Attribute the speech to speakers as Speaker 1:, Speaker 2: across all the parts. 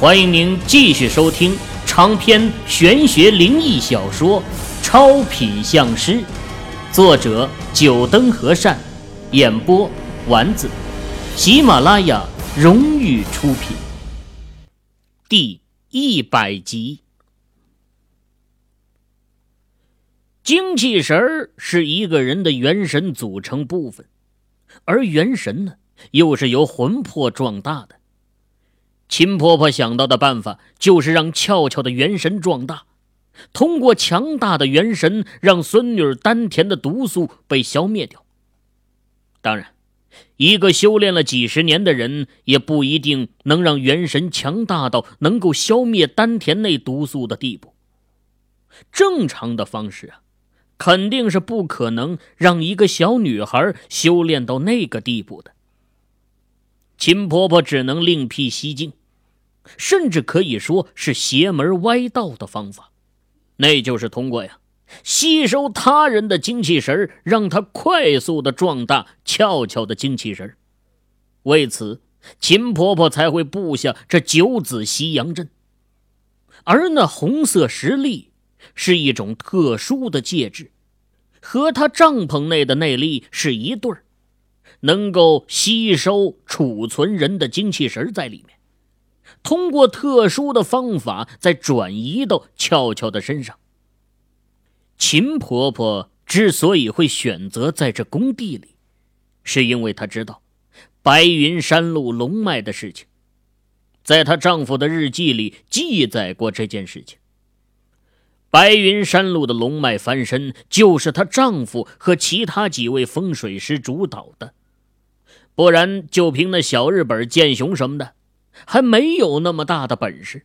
Speaker 1: 欢迎您继续收听长篇玄学灵异小说《超品相师》，作者九灯和善，演播丸子，喜马拉雅荣誉出品。第100集。精气神是一个人的元神组成部分，而元神呢，又是由魂魄壮大的。秦婆婆想到的办法就是让俏俏的元神壮大，通过强大的元神让孙女丹田的毒素被消灭掉。当然，一个修炼了几十年的人也不一定能让元神强大到能够消灭丹田内毒素的地步。正常的方式肯定是不可能让一个小女孩修炼到那个地步的。秦婆婆只能另辟蹊径，甚至可以说是邪门歪道的方法，那就是通过吸收他人的精气神，让他快速的壮大俏俏的精气神。为此，秦婆婆才会布下这9子西洋阵。而那红色石粒是一种特殊的介质，和她帐篷内的内力是一对儿，能够吸收储存人的精气神在里面，通过特殊的方法再转移到俏俏的身上。秦婆婆之所以会选择在这工地里，是因为她知道白云山路龙脉的事情，在她丈夫的日记里记载过这件事情。白云山路的龙脉翻身就是她丈夫和其他几位风水师主导的，不然就凭那小日本剑雄什么的，还没有那么大的本事。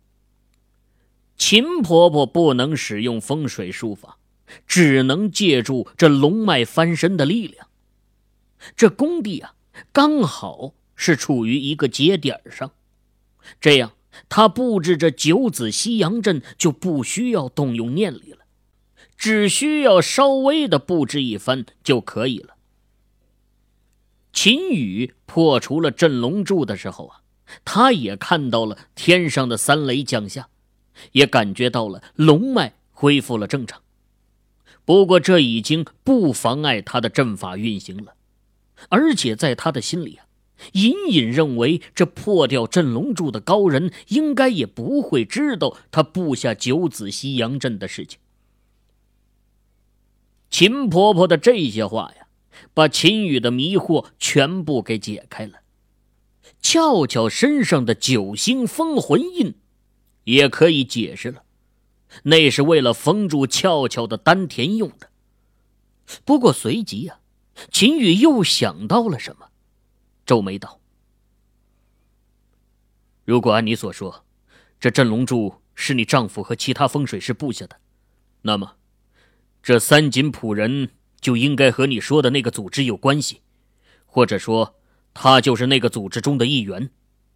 Speaker 1: 秦婆婆不能使用风水术法，只能借助这龙脉翻身的力量。这工地刚好是处于一个节点上，这样她布置这9子西洋阵就不需要动用念力了，只需要稍微的布置一番就可以了。秦羽破除了镇龙柱的时候他也看到了天上的3雷降下，也感觉到了龙脉恢复了正常。不过这已经不妨碍他的阵法运行了，而且在他的心里隐隐认为这破掉镇龙柱的高人应该也不会知道他布下9子西洋阵的事情。秦婆婆的这些话把秦羽的迷惑全部给解开了。俏俏身上的9星封魂印也可以解释了，那是为了封住俏俏的丹田用的。不过随即秦羽又想到了什么，皱眉道：如果按你所说，这镇龙柱是你丈夫和其他风水师布下的，那么这三井浦人就应该和你说的那个组织有关系，或者说他就是那个组织中的一员。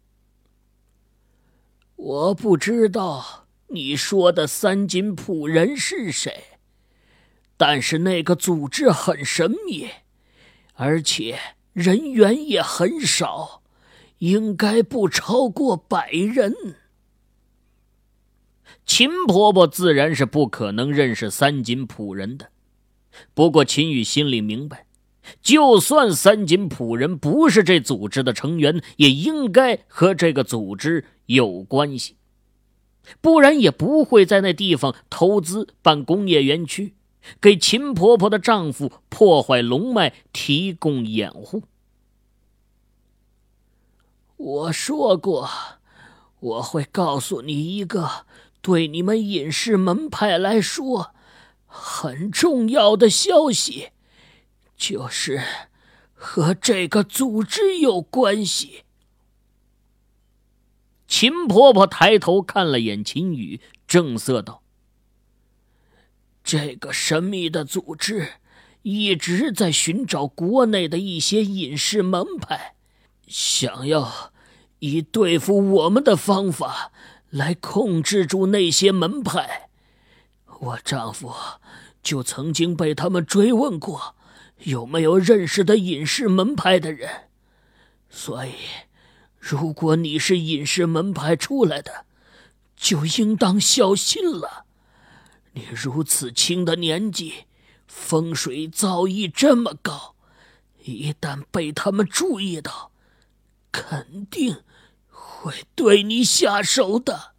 Speaker 2: 我不知道你说的三井浦人是谁，但是那个组织很神秘，而且人员也很少，应该不超过100人。
Speaker 1: 秦婆婆自然是不可能认识三井浦人的，不过秦羽心里明白，就算三井浦人不是这组织的成员，也应该和这个组织有关系，不然也不会在那地方投资办工业园区，给秦婆婆的丈夫破坏龙脉提供掩护。
Speaker 2: 我说过，我会告诉你一个对你们隐士门派来说很重要的消息，就是和这个组织有关系。
Speaker 1: 秦婆婆抬头看了眼秦羽，正色道：
Speaker 2: 这个神秘的组织一直在寻找国内的一些隐士门派，想要以对付我们的方法来控制住那些门派。我丈夫就曾经被他们追问过有没有认识的隐士门派的人，所以如果你是隐士门派出来的，就应当小心了。你如此轻的年纪，风水造诣这么高，一旦被他们注意到，肯定会对你下手的。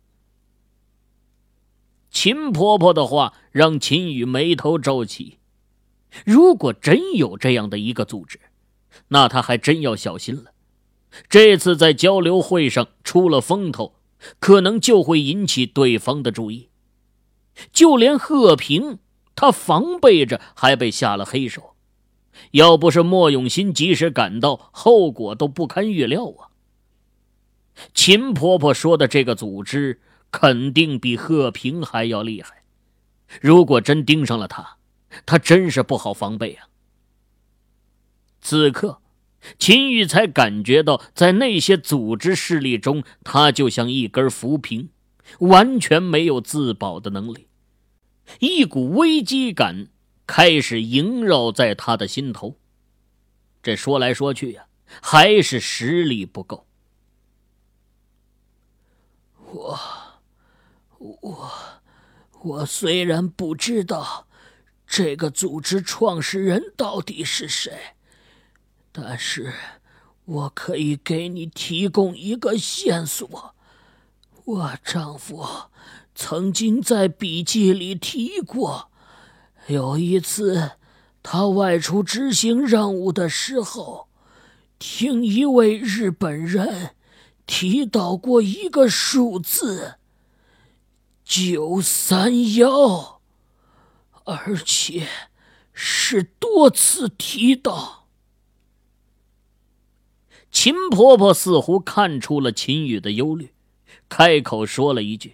Speaker 1: 秦婆婆的话让秦羽眉头皱起，如果真有这样的一个组织，那他还真要小心了。这次在交流会上出了风头，可能就会引起对方的注意。就连贺平，他防备着还被下了黑手，要不是莫永新及时赶到，后果都不堪预料啊。秦婆婆说的这个组织肯定比贺平还要厉害，如果真盯上了他真是不好防备啊。此刻秦玉才感觉到，在那些组织势力中，他就像一根浮萍，完全没有自保的能力。一股危机感开始萦绕在他的心头。这说来说去呀，还是实力不够。
Speaker 2: 我虽然不知道这个组织创始人到底是谁，但是我可以给你提供一个线索。我丈夫曾经在笔记里提过，有一次他外出执行任务的时候，听一位日本人提到过一个数字931，而且是多次提到。
Speaker 1: 秦婆婆似乎看出了秦羽的忧虑，开口说了一句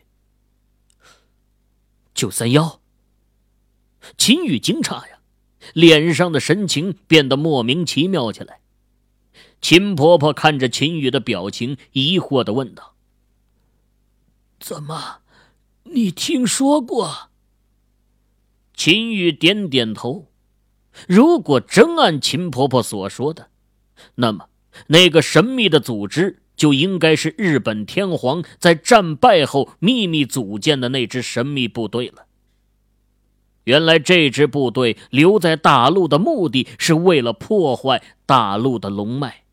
Speaker 1: ：“931。”秦羽惊诧呀，脸上的神情变得莫名其妙起来。秦婆婆看着秦羽的表情，疑惑地问道：“
Speaker 2: 怎么，你听说过？”
Speaker 1: 秦羽点点头。如果真按秦婆婆所说的，那么那个神秘的组织就应该是日本天皇在战败后秘密组建的那支神秘部队了。原来这支部队留在大陆的目的是为了破坏大陆的龙脉。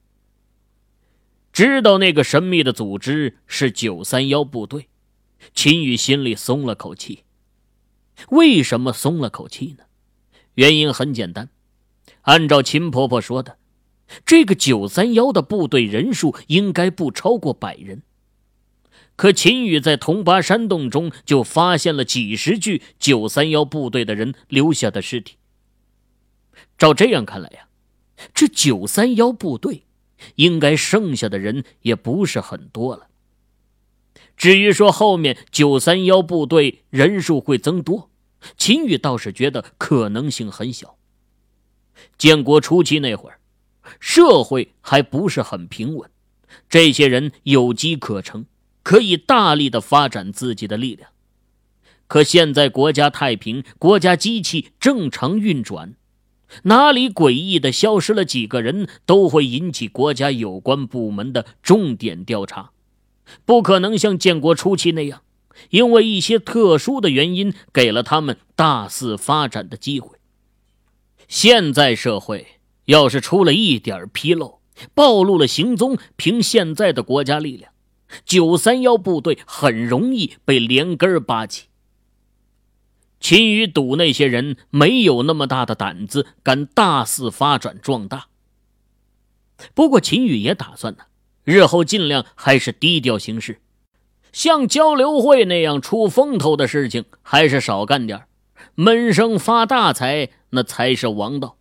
Speaker 1: 知道那个神秘的组织是931部队，秦羽心里松了口气。为什么松了口气呢？原因很简单，按照秦婆婆说的，这个931的部队人数应该不超过100人。可秦羽在铜拔山洞中就发现了几十具931部队的人留下的尸体。照这样看来呀，这931部队应该剩下的人也不是很多了。至于说后面931部队人数会增多，秦羽倒是觉得可能性很小。建国初期那会儿，社会还不是很平稳，这些人有机可乘，可以大力的发展自己的力量。可现在国家太平，国家机器正常运转，哪里诡异的消失了几个人，都会引起国家有关部门的重点调查，不可能像建国初期那样，因为一些特殊的原因给了他们大肆发展的机会。现在社会要是出了一点纰漏，暴露了行踪，凭现在的国家力量，931部队很容易被连根拔起。秦羽赌那些人没有那么大的胆子，敢大肆发展壮大。不过秦羽也打算呢，日后尽量还是低调行事，像交流会那样出风头的事情还是少干点，闷声发大财那才是王道。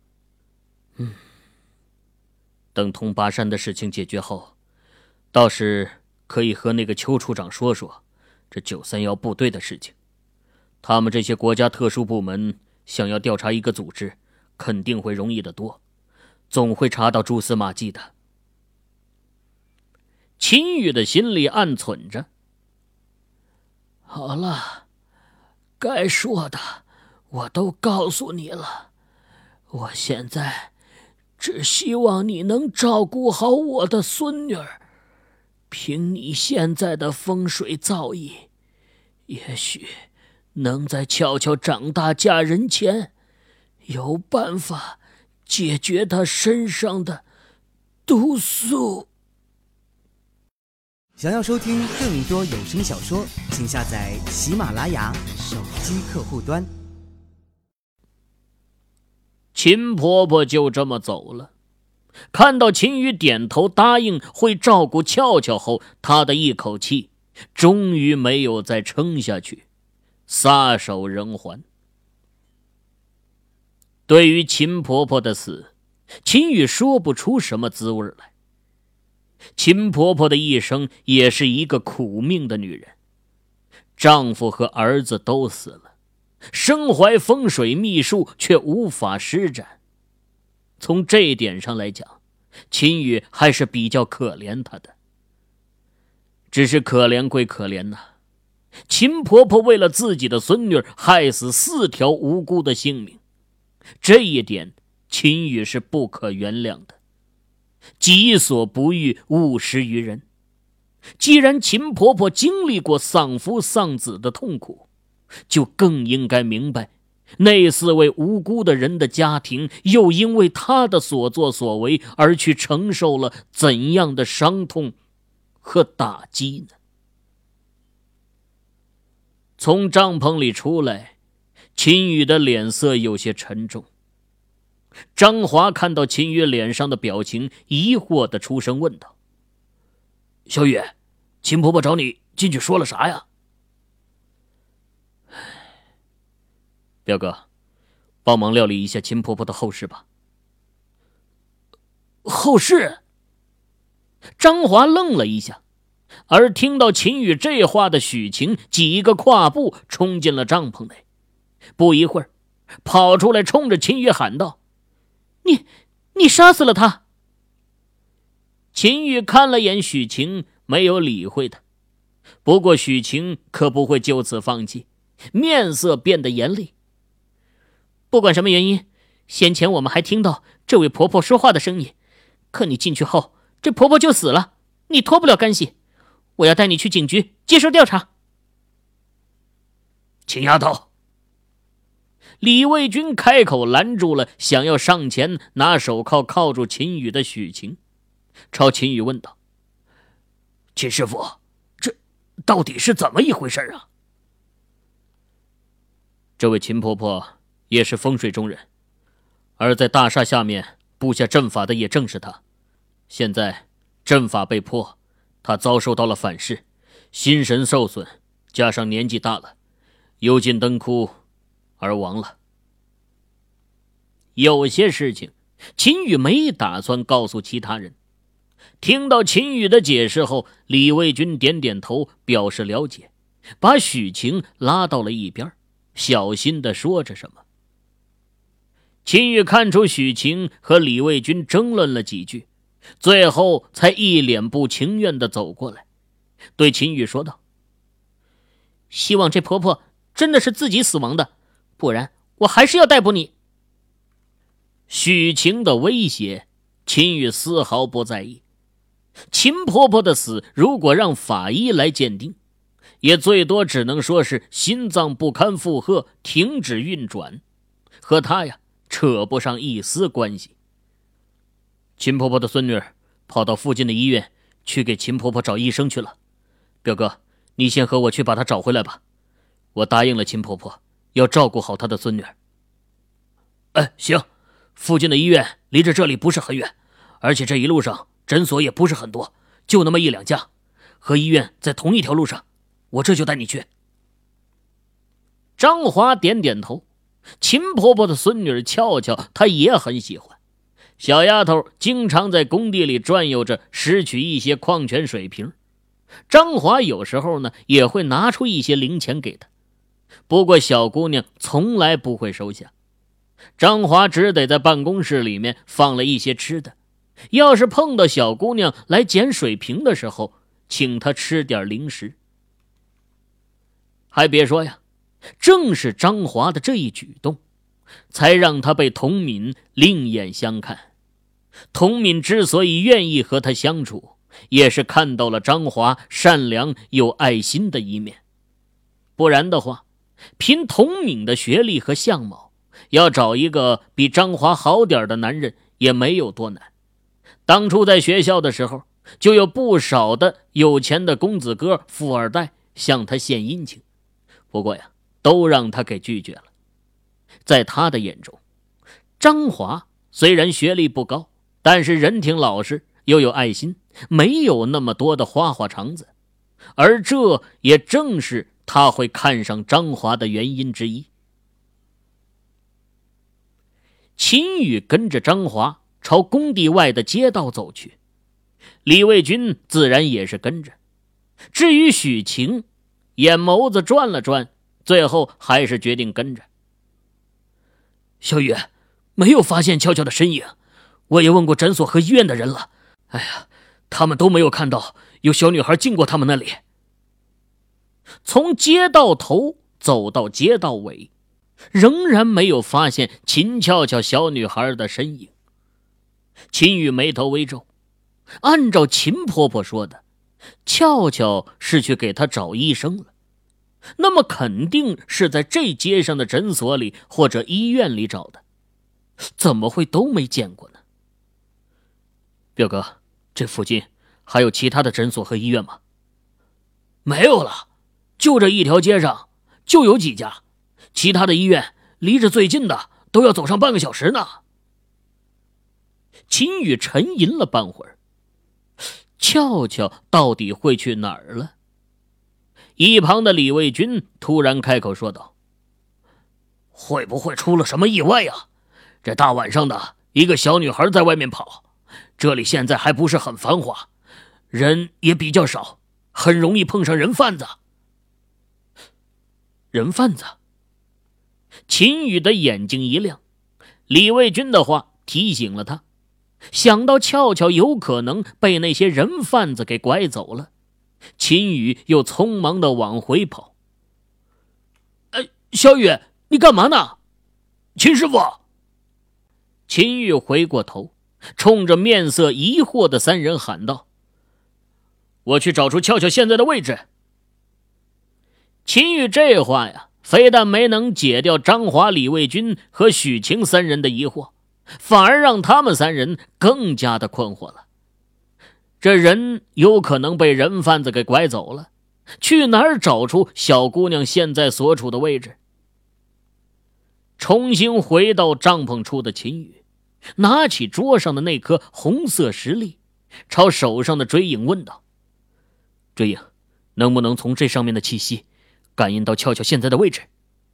Speaker 1: 等铜拔山的事情解决后，倒是可以和那个邱处长说说这931部队的事情。他们这些国家特殊部门想要调查一个组织，肯定会容易得多，总会查到蛛丝马迹的。秦羽的心里暗忖着，
Speaker 2: 好了，该说的我都告诉你了，我现在只希望你能照顾好我的孙女儿。凭你现在的风水造诣，也许能在俏俏长大嫁人前，有办法解决她身上的毒素。
Speaker 3: 想要收听更多有声小说，请下载喜马拉雅手机客户端。
Speaker 1: 秦婆婆就这么走了。看到秦宇点头答应会照顾俏俏后，她的一口气终于没有再撑下去，撒手人寰。对于秦婆婆的死，秦宇说不出什么滋味来。秦婆婆的一生也是一个苦命的女人，丈夫和儿子都死了，身怀风水秘术却无法施展。从这一点上来讲，秦宇还是比较可怜她的。只是可怜归可怜呐，秦婆婆为了自己的孙女害死4条无辜的性命，这一点秦宇是不可原谅的。己所不欲，勿施于人。既然秦婆婆经历过丧夫丧子的痛苦，就更应该明白那4位无辜的人的家庭又因为她的所作所为而去承受了怎样的伤痛和打击呢？从帐篷里出来，秦宇的脸色有些沉重。张华看到秦宇脸上的表情，疑惑地出声问道：“
Speaker 2: 小雨，秦婆婆找你进去说了啥呀？”
Speaker 1: 表哥，帮忙料理一下秦婆婆的后事吧。
Speaker 2: 后事？
Speaker 1: 张华愣了一下，而听到秦宇这话的许晴几个跨步冲进了帐篷内，不一会儿跑出来冲着秦宇喊道：“你杀死了他！”秦宇看了眼许晴，没有理会他。不过许晴可不会就此放弃，面色变得严厉。不管什么原因，先前我们还听到这位婆婆说话的声音，可你进去后，这婆婆就死了，你脱不了干系。我要带你去警局接受调查。
Speaker 2: 秦丫头，
Speaker 1: 李卫军开口拦住了想要上前拿手铐铐住秦宇的许晴，朝秦宇问道：“
Speaker 2: 秦师傅，这到底是怎么一回事啊？”
Speaker 1: 这位秦婆婆也是风水中人，而在大厦下面布下阵法的也正是她。现在阵法被破，她遭受到了反噬，心神受损，加上年纪大了，油尽灯枯而亡了。有些事情秦宇没打算告诉其他人。听到秦宇的解释后，李卫军点点头表示了解，把许晴拉到了一边，小心地说着什么。秦宇看出许晴和李卫军争论了几句，最后才一脸不情愿地走过来，对秦宇说道：“希望这婆婆真的是自己死亡的，不然我还是要逮捕你。”许晴的威胁，秦宇丝毫不在意。秦婆婆的死，如果让法医来鉴定，也最多只能说是心脏不堪负荷，停止运转，和她呀扯不上一丝关系。秦婆婆的孙女跑到附近的医院去给秦婆婆找医生去了。表哥，你先和我去把她找回来吧。我答应了秦婆婆，要照顾好她的孙女。
Speaker 2: 行，附近的医院离着这里不是很远，而且这一路上诊所也不是很多，就那么1-2家，和医院在同一条路上，我这就带你去。
Speaker 1: 张华点点头，秦婆婆的孙女俏俏她也很喜欢，小丫头经常在工地里转悠着，拾取一些矿泉水瓶。张华有时候呢也会拿出一些零钱给她，不过小姑娘从来不会收下。张华只得在办公室里面放了一些吃的，要是碰到小姑娘来捡水瓶的时候，请她吃点零食。还别说呀，正是张华的这一举动，才让她被童敏另眼相看。 童敏之所以愿意和他相处，也是看到了张华善良有爱心的一面。不然的话，凭童敏的学历和相貌，要找一个比张华好点的男人也没有多难。当初在学校的时候，就有不少的有钱的公子哥、富二代向他献殷勤，不过呀，都让他给拒绝了。在他的眼中，张华虽然学历不高，但是人挺老实，又有爱心，没有那么多的花花肠子，而这也正是他会看上张华的原因之一。秦宇跟着张华朝工地外的街道走去，李卫军自然也是跟着。至于许晴，眼眸子转了转，最后还是决定跟着。
Speaker 2: 小雨，没有发现俏俏的身影，我也问过诊所和医院的人了，哎呀，他们都没有看到有小女孩进过他们那里。
Speaker 1: 从街道头走到街道尾，仍然没有发现秦俏俏小女孩的身影。秦宇眉头微皱，按照秦婆婆说的，俏俏是去给她找医生了，那么肯定是在这街上的诊所里或者医院里找的，怎么会都没见过呢？
Speaker 2: 表哥，这附近还有其他的诊所和医院吗？
Speaker 3: 没有了，就这一条街上就有几家，其他的医院离着最近的都要走上半个小时呢。
Speaker 1: 秦宇沉吟了半会儿，俏俏到底会去哪儿了？一旁的李卫军突然开口说道：
Speaker 3: 会不会出了什么意外呀？这大晚上的，一个小女孩在外面跑，这里现在还不是很繁华，人也比较少，很容易碰上人贩子。
Speaker 1: 人贩子？秦宇的眼睛一亮，李卫军的话提醒了他，想到俏俏有可能被那些人贩子给拐走了，秦宇又匆忙地往回跑。
Speaker 3: 小雨，你干嘛呢？秦师傅。
Speaker 1: 秦宇回过头，冲着面色疑惑的三人喊道：
Speaker 3: 我去找出俏俏现在的位置。
Speaker 1: 秦宇这话呀，非但没能解掉张华、李卫军和许晴三人的疑惑，反而让他们三人更加的困惑了。这人有可能被人贩子给拐走了，去哪儿找出小姑娘现在所处的位置？重新回到帐篷处的秦宇，拿起桌上的那颗红色石粒，朝手上的追影问道：
Speaker 2: 追影，能不能从这上面的气息感应到俏俏现在的位置？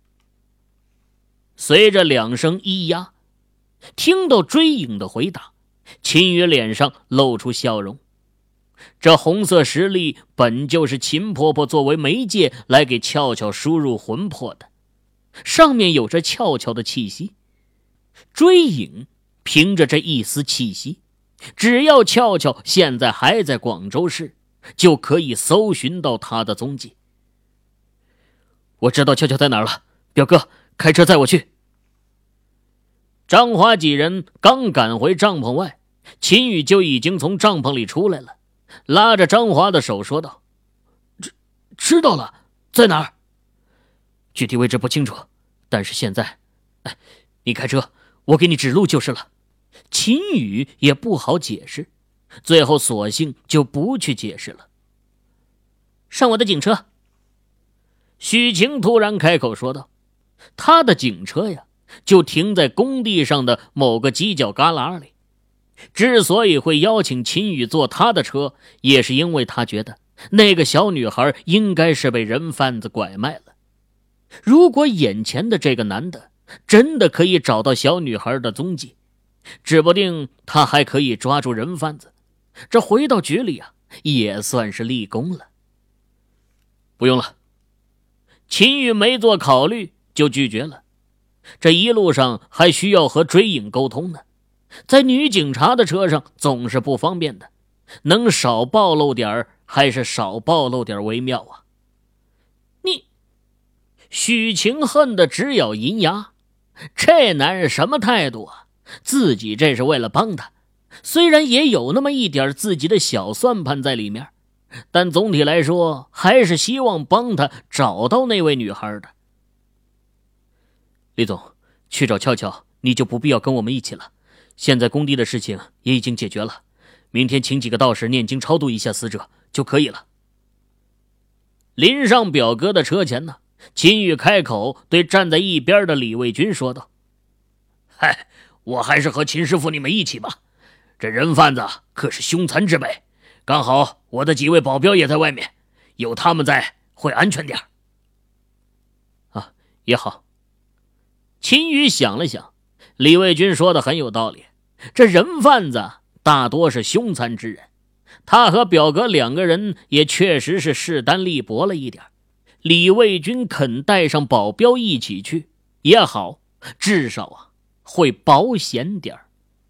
Speaker 1: 随着两声咿呀，听到追影的回答，秦宇脸上露出笑容。这红色石粒本就是秦婆婆作为媒介来给俏俏输入魂魄的，上面有着俏俏的气息。追影凭着这一丝气息，只要俏俏现在还在广州市，就可以搜寻到她的踪迹。
Speaker 2: 我知道俏俏在哪儿了，表哥，开车载我去。
Speaker 1: 张华几人刚赶回帐篷外，秦宇就已经从帐篷里出来了，拉着张华的手说道：
Speaker 3: 知道了，在哪儿？
Speaker 2: 具体位置不清楚，但是现在，你开车，我给你指路就是了。
Speaker 1: 秦宇也不好解释，最后索性就不去解释了。上我的警车。许晴突然开口说道，他的警车呀，就停在工地上的某个犄角旮旯里。之所以会邀请秦宇坐他的车，也是因为他觉得那个小女孩应该是被人贩子拐卖了。如果眼前的这个男的真的可以找到小女孩的踪迹，指不定他还可以抓住人贩子，这回到局里啊，也算是立功了。
Speaker 2: 不用了。
Speaker 1: 秦宇没做考虑就拒绝了，这一路上还需要和追影沟通呢，在女警察的车上总是不方便的，能少暴露点还是少暴露点为妙啊。你，许晴恨得直咬银牙，这男人什么态度啊？自己这是为了帮他， 虽然也有那么一点自己的小算盘在里面，但总体来说还是希望帮他找到那位女孩的。
Speaker 3: 李总，去找俏俏你就不必要跟我们一起了，现在工地的事情也已经解决了，明天请几个道士念经超度一下死者就可以了。
Speaker 1: 临上表哥的车前呢，秦宇开口对站在一边的李卫军说道：
Speaker 2: 嗨，我还是和秦师傅你们一起吧，这人贩子可是凶残之辈，刚好我的几位保镖也在外面，有他们在会安全点。
Speaker 3: 啊，也好。
Speaker 1: 秦宇想了想，李卫军说的很有道理，这人贩子大多是凶残之人，他和表哥两个人也确实是势单力薄了一点，李卫军肯带上保镖一起去也好，至少会保险点。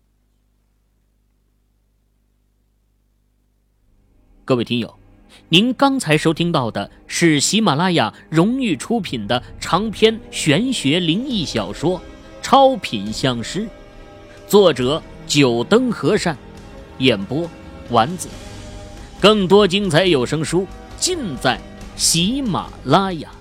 Speaker 1: 各位听友，您刚才收听到的是喜马拉雅荣誉出品的长篇玄学灵异小说《超品相师》，作者九灯和善，演播丸子。更多精彩有声书尽在喜马拉雅。